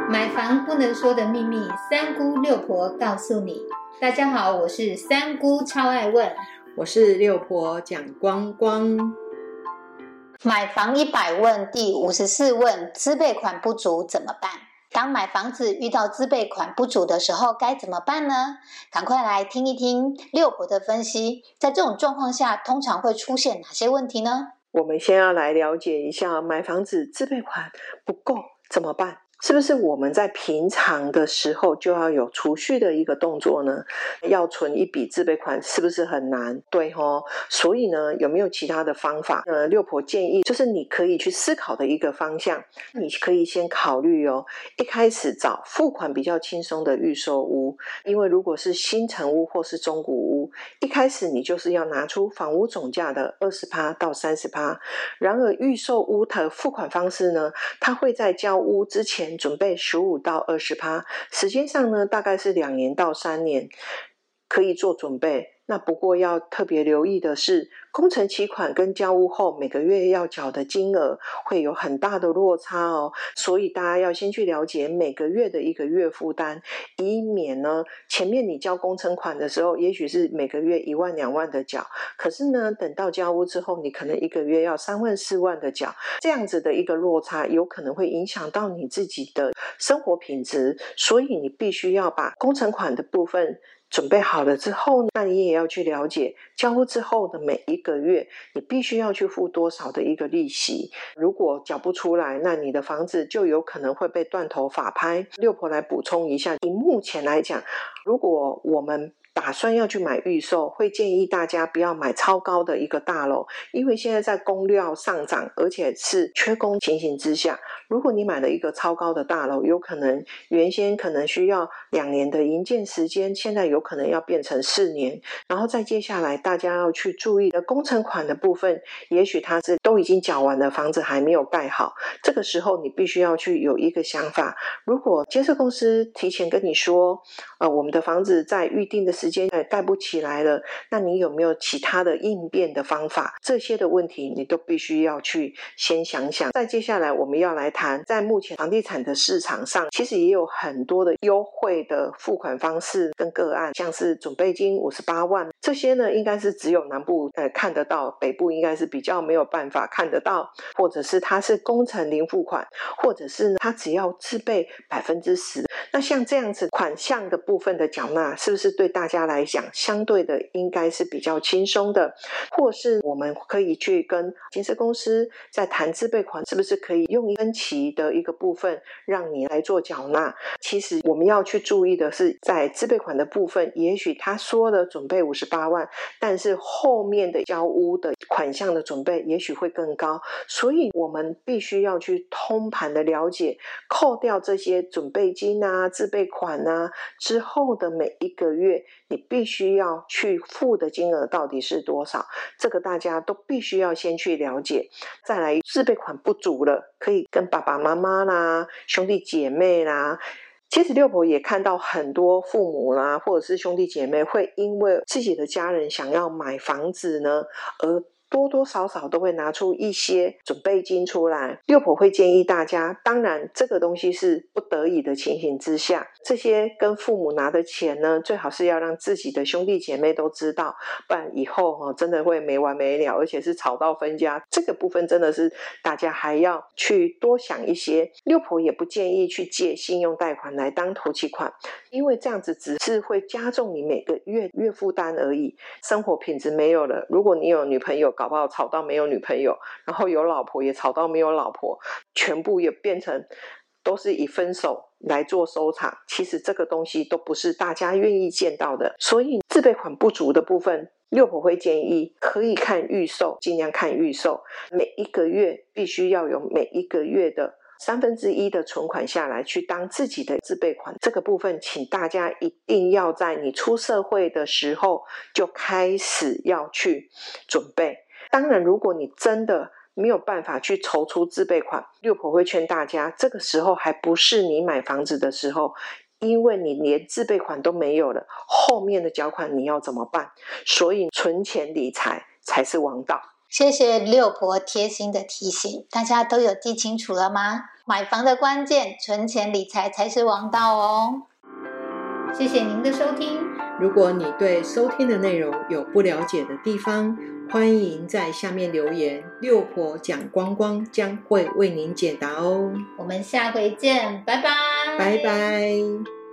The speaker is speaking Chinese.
买房不能说的秘密，三姑六婆告诉你。大家好，我是三姑超爱问， 我是六婆蒋光光。 买房100问第54问，资备款不足怎么办？当买房子遇到资备款不足的时候该怎么办呢？赶快来听一听六婆的分析，在这种状况下通常会出现哪些问题呢？ 我们先要来了解一下买房子资备款不够怎么办？是不是我们在平常的时候就要有储蓄的一个动作呢？要存一笔自备款是不是很难？对齁，所以呢，有没有其他的方法？六婆建议就是你可以去思考的一个方向，你可以先考虑一开始找付款比较轻松的预售屋，因为如果是新成屋或是中古屋，一开始你就是要拿出房屋总价的20%到30%，然而预售屋的付款方式呢，它会在交屋之前准备15%到20%，时间上呢大概是2年到3年可以做准备。那不过要特别留意的是，工程期款跟交屋后每个月要缴的金额会有很大的落差所以大家要先去了解每个月的一个月负担，以免呢前面你交工程款的时候也许是每个月1万2万的缴，可是呢等到交屋之后你可能一个月要3万4万的缴，这样子的一个落差有可能会影响到你自己的生活品质，所以你必须要把工程款的部分准备好了之后，那你也要去了解交屋之后的每一个月你必须要去付多少的一个利息，如果缴不出来，那你的房子就有可能会被断头法拍。六婆来补充一下，以目前来讲，如果我们打算要去买预售，会建议大家不要买超高的一个大楼，因为现在在工料上涨而且是缺工情形之下，如果你买了一个超高的大楼，有可能原先可能需要2年的营建时间，现在有可能要变成4年，然后再接下来大家要去注意的工程款的部分，也许它是都已经缴完了，房子还没有盖好，这个时候你必须要去有一个想法，如果建设公司提前跟你说我们的房子在预定的时间盖不起来了，那你有没有其他的应变的方法？这些的问题你都必须要去先想想。再接下来我们要来谈，在目前房地产的市场上，其实也有很多的优惠的付款方式跟个案，像是准备金58万，这些呢应该是只有南部看得到，北部应该是比较没有办法看得到，或者是它是工程零付款，或者是呢它只要自备10%。那像这样子款项的部分的缴纳，是不是对大家来讲相对的应该是比较轻松的？或是我们可以去跟建设公司在谈自备款，是不是可以用分期的一个部分让你来做缴纳？其实我们要去注意的是，在自备款的部分，也许他说了准备58万，但是后面的交屋的款项的准备也许会更高，所以我们必须要去通盘的了解，扣掉这些准备金自备款之后的每一个月你必须要去付的金额到底是多少，这个大家都必须要先去了解。再来，自备款不足了，可以跟爸爸妈妈啦、兄弟姐妹啦，其实六婆也看到很多父母啦，或者是兄弟姐妹会因为自己的家人想要买房子呢，而多多少少都会拿出一些准备金出来。六婆会建议大家，当然这个东西是不得已的情形之下，这些跟父母拿的钱呢，最好是要让自己的兄弟姐妹都知道，不然以后真的会没完没了，而且是吵到分家。这个部分真的是大家还要去多想一些。六婆也不建议去借信用贷款来当头期款，因为这样子只是会加重你每个月负担而已，生活品质没有了。如果你有女朋友，搞不好吵到没有女朋友，然后有老婆也吵到没有老婆，全部也变成都是以分手来做收场，其实这个东西都不是大家愿意见到的。所以自备款不足的部分，六婆会建议可以看预售，尽量看预售，每一个月必须要有每一个月的1/3的存款下来去当自己的自备款，这个部分请大家一定要在你出社会的时候就开始要去准备。当然如果你真的没有办法去筹出自备款，六婆会劝大家这个时候还不是你买房子的时候，因为你连自备款都没有了，后面的缴款你要怎么办？所以存钱理财才是王道。 谢谢六婆贴心的提醒，大家都有记清楚了吗？买房的关键，存钱理财才是王道哦。谢谢您的收听。 如果你对收听的内容有不了解的地方，欢迎在下面留言，六婆讲光光将会为您解答哦。 我们下回见，拜拜。 拜拜。